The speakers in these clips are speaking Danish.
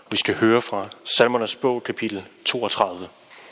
Vi skal høre fra Salmernes bog, kapitel 32.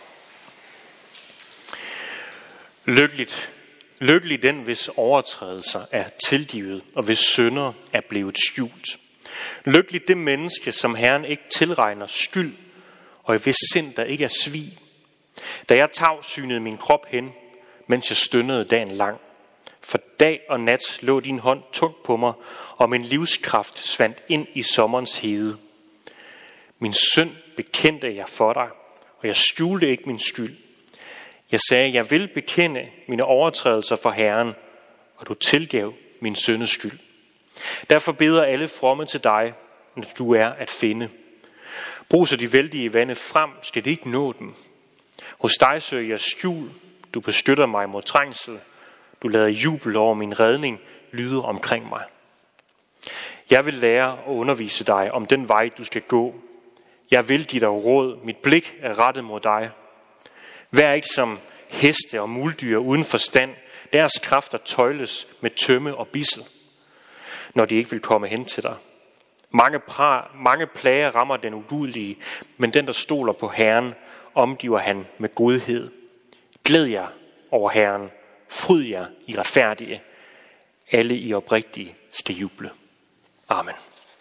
Lykkelig den, hvis overtrædelser er tilgivet, og hvis synder er blevet skjult. Lykkelig det menneske, som Herren ikke tilregner skyld, og i hvis sind der ikke er svig. Da jeg tavsynede min krop hen, mens jeg stønnede dagen lang. For dag og nat lå din hånd tungt på mig, og min livskraft svandt ind i sommerens hede. Min synd bekendte jeg for dig, og jeg skjulte ikke min skyld. Jeg sagde, jeg vil bekende mine overtrædelser for Herren, og du tilgav min syndes skyld. Derfor beder alle fromme til dig, når du er at finde. Bruser de vældige vande frem, skal de ikke nå dem. Hos dig søger jeg skjul, du beskytter mig mod trængsel. Du lader jubel over min redning lyde omkring mig. Jeg vil lære og undervise dig om den vej, du skal gå. Jeg vil give dig råd, mit blik er rettet mod dig. Vær ikke som heste og muldyr uden forstand. Deres kræfter tøjles med tømme og bissel, når de ikke vil komme hen til dig. Mange plager rammer den ugudelige, men den, der stoler på Herren, omgiver han med godhed. Glæd jer over Herren. Fryd jer i retfærdige. Alle i oprigtige skal juble. Amen.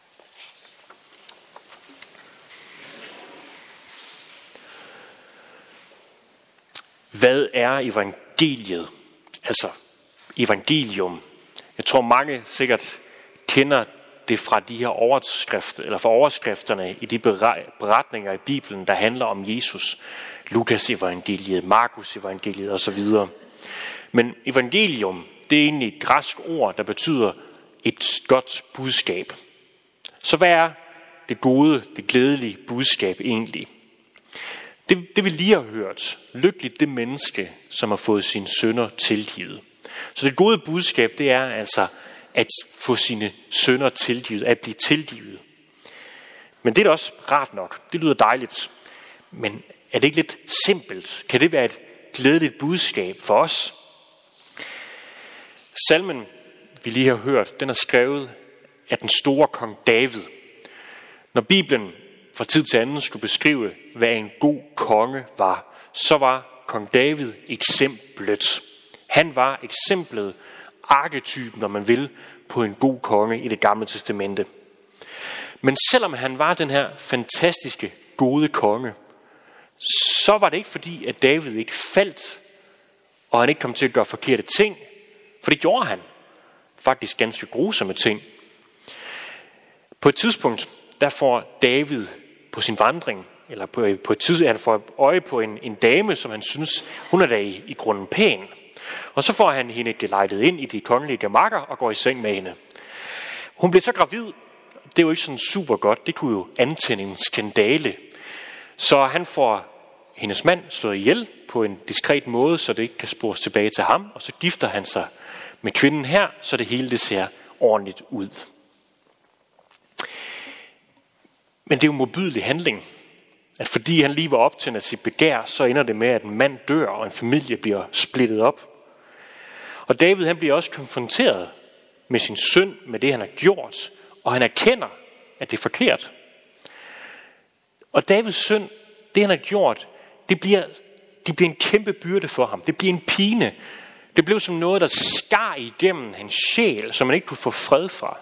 Hvad er evangeliet? Altså evangelium. Jeg tror mange sikkert kender det fra de her overskrifter, eller fra overskrifterne i de beretninger i Bibelen, der handler om Jesus. Lukas evangeliet, Markus evangeliet osv. Men evangelium, det er egentlig et græsk ord, der betyder et godt budskab. Så hvad er det gode, det glædelige budskab egentlig? Det vi lige har hørt, lykkeligt det menneske, som har fået sine synder tilgivet. Så det gode budskab, det er altså at få sine synder tilgivet, at blive tilgivet. Men det er da også rart nok. Det lyder dejligt. Men er det ikke lidt simpelt? Kan det være et glædeligt budskab for os? Salmen, vi lige har hørt, den er skrevet af den store kong David. Når Bibelen fra tid til anden skulle beskrive, hvad en god konge var, så var kong David eksemplet. Han var eksemplet, arketypen, når man vil, på en god konge i Det Gamle Testamente. Men selvom han var den her fantastiske, gode konge, så var det ikke fordi, at David ikke faldt, og han ikke kom til at gøre forkerte ting, for det gjorde han. Faktisk ganske grusomme ting. På et tidspunkt, der får David på sin vandring, eller på et tidspunkt, han får øje på en dame, som han synes, hun er da i grunden pæn. Og så får han hende gelejtet ind i de kongelige gemakker og går i seng med hende. Hun bliver så gravid. Det er jo ikke sådan super godt. Det kunne jo antænde en skandale. Så han får hendes mand slået ihjel på en diskret måde, så det ikke kan spores tilbage til ham. Og så gifter han sig med kvinden her, så det hele det ser ordentligt ud. Men det er jo en modbydelig handling. At fordi han lige var optændt af sit begær, så ender det med, at en mand dør, og en familie bliver splittet op. Og David, han bliver også konfronteret med sin synd, med det han har gjort, og han erkender, at det er forkert. Og Davids synd, det han har gjort, det bliver en kæmpe byrde for ham. Det bliver en pine. Det blev som noget, der skar igennem hans sjæl, som man ikke kunne få fred fra.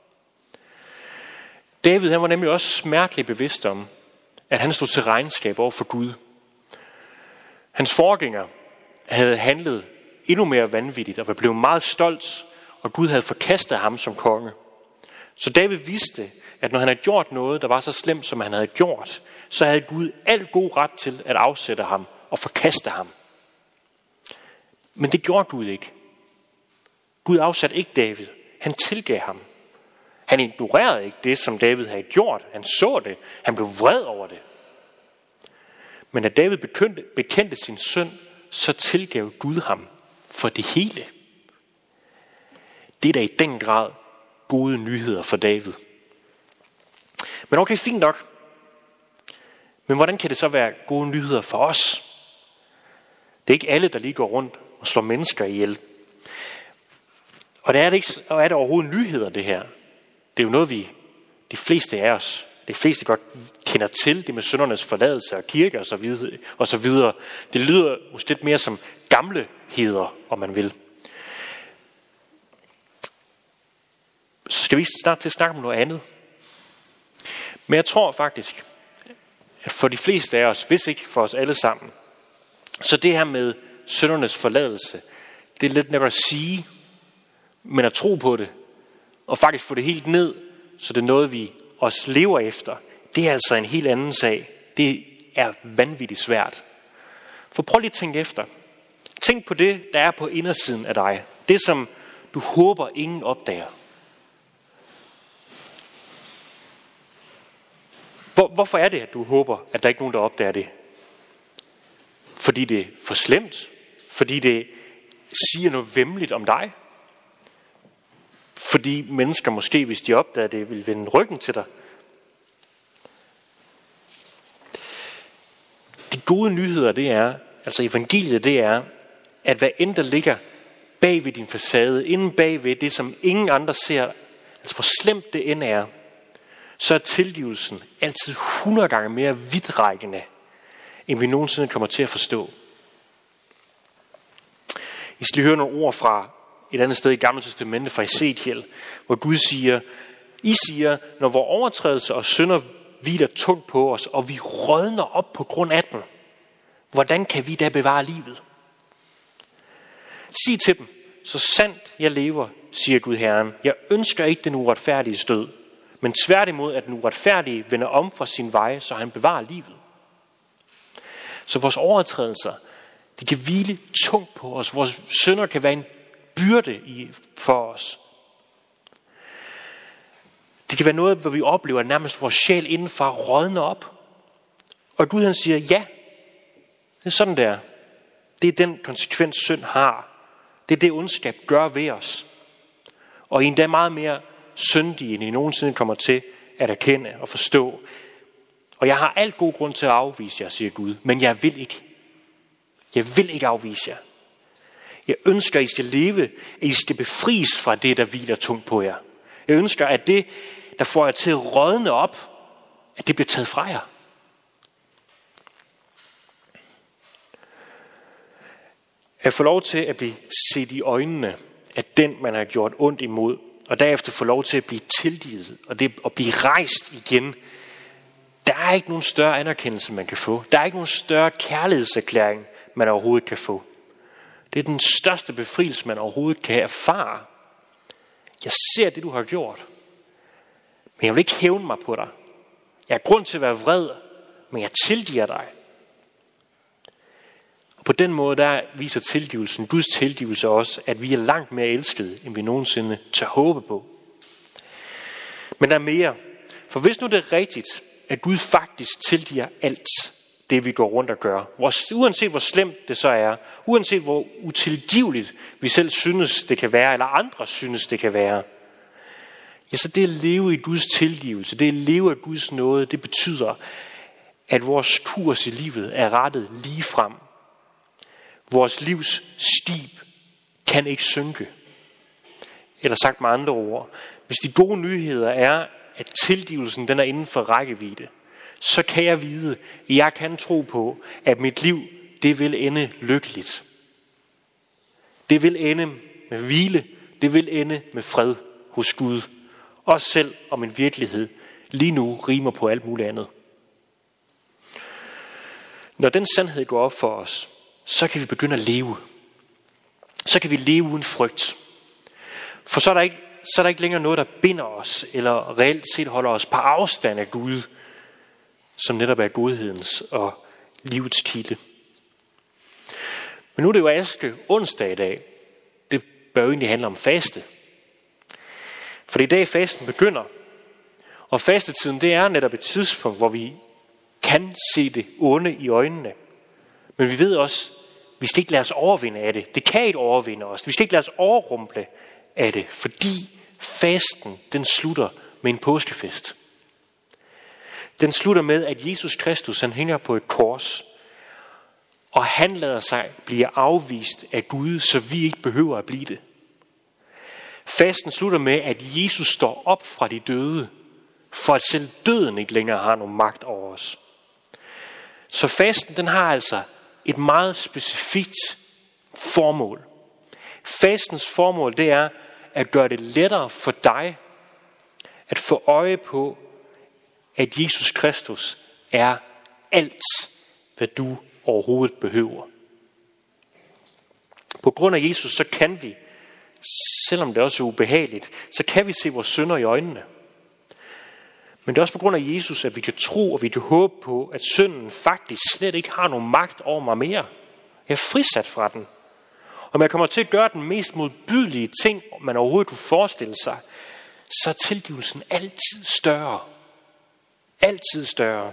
David, han var nemlig også smerteligt bevidst om, at han stod til regnskab over for Gud. Hans forgænger havde handlet endnu mere vanvittigt og var blevet meget stolt, og Gud havde forkastet ham som konge. Så David vidste, at når han havde gjort noget, der var så slemt, som han havde gjort, så havde Gud al god ret til at afsætte ham og forkaste ham. Men det gjorde Gud ikke. Gud afsatte ikke David. Han tilgav ham. Han ignorerede ikke det, som David havde gjort. Han så det. Han blev vred over det. Men da David bekendte sin synd, så tilgav Gud ham for det hele. Det er da i den grad gode nyheder for David. Men okay, fint nok. Men hvordan kan det så være gode nyheder for os? Det er ikke alle, der lige går rundt og slår mennesker ihjel. Og er det overhovedet nyheder, det her? Det er jo noget, de fleste af os, de fleste godt kender til, det med syndernes forladelse og kirke og så videre. Det lyder måske lidt mere som gamle heder, om man vil. Så skal vi snart til at snakke om noget andet. Men jeg tror faktisk, at for de fleste af os, hvis ikke for os alle sammen, så det her med syndernes forladelse, det er lidt nemt at sige, men at tro på det, og faktisk få det helt ned, så det er noget, vi også lever efter, det er altså en helt anden sag. Det er vanvittigt svært. For prøv lige at tænke efter. Tænk på det, der er på indersiden af dig. Det, som du håber, ingen opdager. Hvorfor er det, at du håber, at der ikke er nogen, der opdager det? Fordi det er for slemt? Fordi det siger noget væmmeligt om dig? Fordi mennesker måske, hvis de opdager det, vil vende ryggen til dig? De gode nyheder, det er, altså evangeliet, det er, at hvad end der ligger bag ved din facade, inde bag ved det, som ingen andre ser, altså hvor slemt det end er, så er tilgivelsen altid 100 gange mere vidtrækkende, end vi nogensinde kommer til at forstå. I skal lige høre nogle ord fra et andet sted i Gamle Testamentet, fra Ezekiel, hvor Gud siger, I siger, når vores overtrædelser og synder hviler tungt på os, og vi rådner op på grund af dem, hvordan kan vi da bevare livet? Sig til dem, så sandt jeg lever, siger Gud Herren, jeg ønsker ikke den uretfærdige død, men tværtimod, at den uretfærdige vender om fra sin vej, så han bevarer livet. Så vores overtrædelser, de kan hvile tungt på os. Vores synder kan være en byrde for os. Det kan være noget, hvor vi oplever, at nærmest vores sjæl indenfor rådner op. Og Gud han siger, ja, det er sådan der. Det er den konsekvens, synd har. Det er det, ondskab gør ved os. Og endda meget mere syndige, end I nogensinde kommer til at erkende og forstå. Og jeg har alt god grund til at afvise jer, siger Gud, men jeg vil ikke. Jeg vil ikke afvise jer. Jeg ønsker, at I skal leve, at I skal befries fra det, der hviler tungt på jer. Jeg ønsker, at det, der får jer til at rådne op, at det bliver taget fra jer. At få lov til at blive set i øjnene af den, man har gjort ondt imod, og derefter få lov til at blive tilgivet, og det at blive rejst igen. Der er ikke nogen større anerkendelse, man kan få. Der er ikke nogen større kærlighedserklæring, man overhovedet kan få. Det er den største befrielse, man overhovedet kan erfare. Jeg ser det, du har gjort, men jeg vil ikke hævne mig på dig. Jeg har grund til at være vred, men jeg tilgiver dig. Og på den måde, der viser tilgivelsen, Guds tilgivelse også, at vi er langt mere elskede, end vi nogensinde tør håbe på. Men der er mere. For hvis nu det er rigtigt, at Gud faktisk tilgiver alt det, vi går rundt og gør, uanset hvor slemt det så er, uanset hvor utilgiveligt vi selv synes, det kan være, eller andre synes, det kan være, ja, så det at leve i Guds tilgivelse, det at leve af Guds nåde, det betyder, at vores kurs i livet er rettet lige frem. Vores livs skib kan ikke synke. Eller sagt med andre ord, hvis de gode nyheder er, at tilgivelsen den er inden for rækkevidde, så kan jeg vide, at jeg kan tro på, at mit liv, det vil ende lykkeligt. Det vil ende med hvile, det vil ende med fred hos Gud. Også selv om en virkelighed lige nu rimer på alt muligt andet. Når den sandhed går op for os, så kan vi begynde at leve. Så kan vi leve uden frygt. For så er der ikke længere noget, der binder os, eller reelt set holder os på afstand af Gud, som netop er godhedens og livets kilde. Men nu er det jo aske onsdag i dag. Det bør jo egentlig handle om faste. For i dag fasten begynder. Og fastetiden, det er netop et tidspunkt, hvor vi kan se det onde i øjnene. Men vi ved også, vi skal ikke lade os overvinde af det. Det kan ikke overvinde os. Vi skal ikke lade os overrumple af det, fordi fasten, den slutter med en påskefest. Den slutter med, at Jesus Kristus, han hænger på et kors, og han lader sig blive afvist af Gud, så vi ikke behøver at blive det. Fasten slutter med, at Jesus står op fra de døde, for at selv døden ikke længere har nogen magt over os. Så fasten, den har altså et meget specifikt formål. Fastens formål, det er at gøre det lettere for dig at få øje på, at Jesus Kristus er alt, hvad du overhovedet behøver. På grund af Jesus, så kan vi, selvom det også er ubehageligt, så kan vi se vores synder i øjnene. Men det er også på grund af Jesus, at vi kan tro og vi kan håbe på, at synden faktisk slet ikke har nogen magt over mig mere. Jeg er frisat fra den. Om jeg kommer til at gøre den mest modbydelige ting, man overhovedet kunne forestille sig, så er tilgivelsen altid større. Altid større.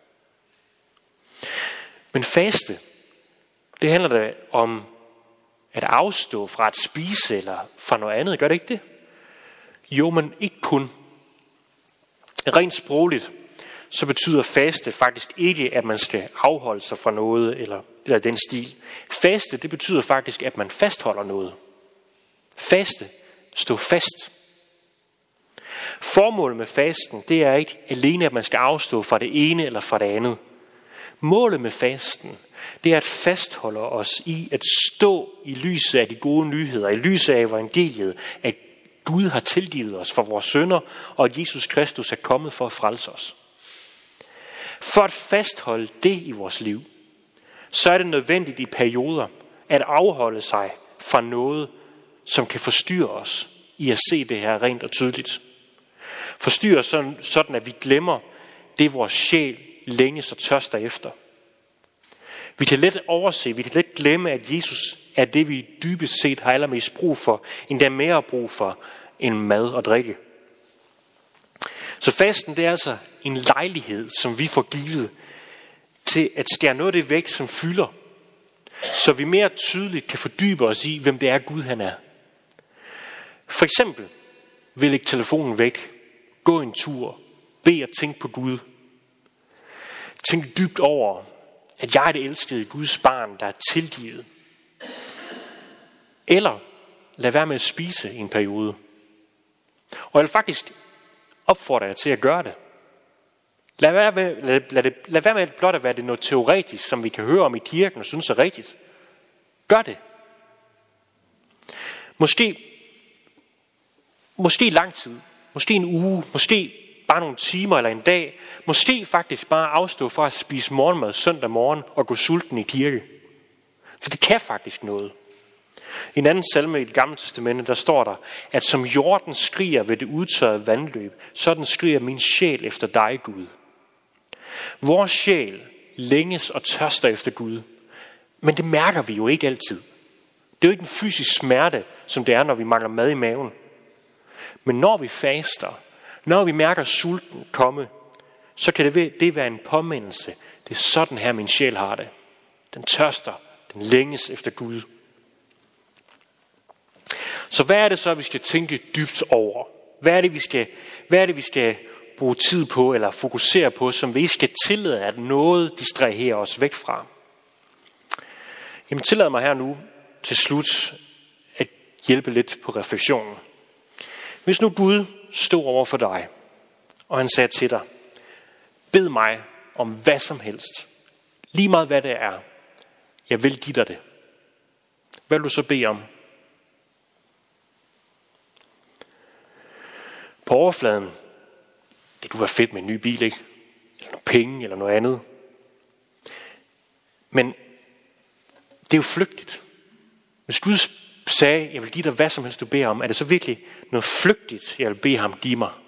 Men faste, det handler da om at afstå fra at spise eller fra noget andet. Gør det ikke det? Jo, men ikke kun. Rent sprogligt, så betyder faste faktisk ikke, at man skal afholde sig fra noget eller den stil. Faste, det betyder faktisk, at man fastholder noget. Faste, stå fast. Formålet med fasten, det er ikke alene, at man skal afstå fra det ene eller fra det andet. Målet med fasten, det er at fastholde os i at stå i lyset af de gode nyheder, i lyset af evangeliet, at Gud har tilgivet os for vores synder, og at Jesus Kristus er kommet for at frelse os. For at fastholde det i vores liv, så er det nødvendigt i perioder at afholde sig fra noget, som kan forstyrre os i at se det her rent og tydeligt. Forstyrre sådan, at vi glemmer det, vores sjæl længes og tørster efter. Vi kan let overse, vi kan let glemme, at Jesus er det, vi dybest set har allermest brug for, endda mere brug for end mad og drikke. Så fasten, det er altså en lejlighed, som vi får givet til at skære noget af det væk, som fylder, så vi mere tydeligt kan fordybe os i, hvem det er, Gud han er. For eksempel, vil lægge telefonen væk, gå en tur, bed og tænk på Gud. Tænk dybt over, at jeg er det elskede Guds barn, der er tilgivet. Eller lad være med at spise i en periode. Og jeg vil faktisk opfordre jer til at gøre det. Lad være med blot at være det noget teoretisk, som vi kan høre om i kirken og synes er rigtigt. Gør det. Måske lang tid. Måske en uge. Måske bare nogle timer eller en dag. Måske faktisk bare afstå fra at spise morgenmad søndag morgen og gå sulten i kirke. For det kan faktisk noget. I en anden salme i Det Gamle Testamente, der står der, at som jorden skriger ved det udtørrede vandløb, sådan skriger min sjæl efter dig, Gud. Vores sjæl længes og tørster efter Gud, men det mærker vi jo ikke altid. Det er jo ikke en fysisk smerte, som det er, når vi mangler mad i maven. Men når vi faster, når vi mærker sulten komme, så kan det være en påmindelse. Det er sådan her, min sjæl har det. Den tørster, den længes efter Gud. Så hvad er det så, vi skal tænke dybt over? Hvad er det, vi skal bruge tid på eller fokusere på, som vi ikke skal tillade, at noget distraherer os væk fra? Jamen tillad mig her nu til slut at hjælpe lidt på refleksionen. Hvis nu Gud stod over for dig, og han sagde til dig, bed mig om hvad som helst, lige meget hvad det er, jeg vil give dig det. Hvad vil du så bede om? På overfladen, det kunne være fedt med en ny bil, ikke? Eller nogle penge, eller noget andet. Men det er jo flygtigt. Hvis Gud sagde, jeg vil give dig hvad som helst du beder om, er det så virkelig noget flygtigt, jeg vil bede ham give mig?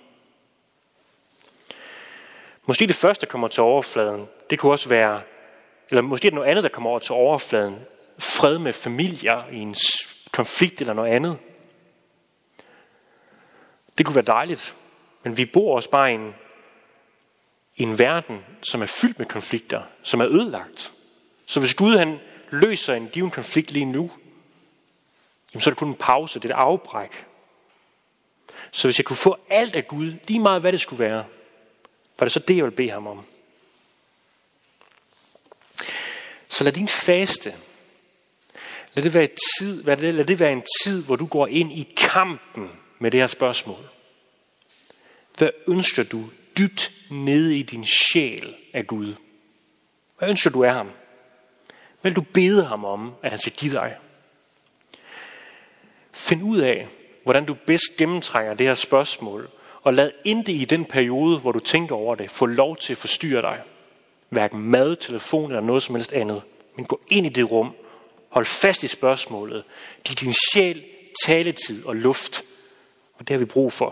Måske det første, der kommer til overfladen, det kunne også være, eller måske det noget andet, der kommer over til overfladen, fred med familier i en konflikt eller noget andet. Det kunne være dejligt, men vi bor også bare i en verden, som er fyldt med konflikter, som er ødelagt. Så hvis Gud han løser en given konflikt lige nu, jamen, så er det kun en pause, det er et afbræk. Så hvis jeg kunne få alt af Gud, lige meget hvad det skulle være, var det så det, jeg ville bede ham om. Så lad din faste, lad det være en tid, hvor du går ind i kampen med det her spørgsmål. Hvad ønsker du dybt nede i din sjæl af Gud? Hvad ønsker du af ham? Hvad vil du bede ham om, at han skal give dig? Find ud af, hvordan du bedst gennemtrænger det her spørgsmål, og lad intet i den periode, hvor du tænker over det, få lov til at forstyrre dig. Hverken mad, telefon eller noget som helst andet. Men gå ind i det rum. Hold fast i spørgsmålet. Giv din sjæl taletid og luft. Og det har vi brug for.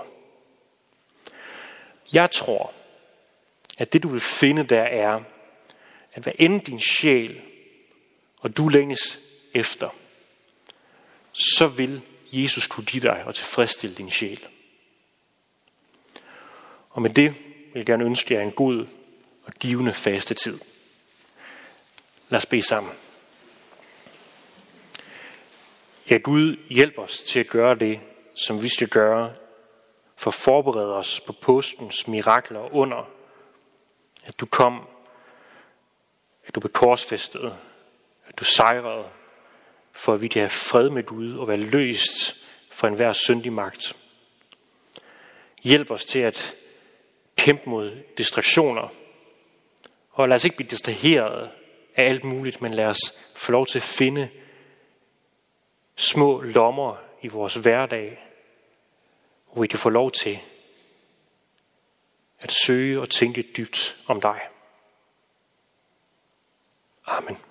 Jeg tror, at det du vil finde der er, at hvad end din sjæl, og du længes efter, så vil Jesus kunne give dig og tilfredsstille din sjæl. Og med det vil jeg gerne ønske jer en god og givende fastetid. Lad os bede sammen. Ja, Gud, hjælp os til at gøre det, som vi skal gøre, for at forberede os på påskens mirakler og under. At du kom, at du blev korsfæstet, at du sejrede, for at vi kan have fred med Gud og være løst fra enhver syndig magt. Hjælp os til at kæmpe mod distraktioner, og lad os ikke blive distraheret af alt muligt, men lad os få lov til at finde små lommer i vores hverdag, hvor vi kan få lov til at søge og tænke dybt om dig. Amen.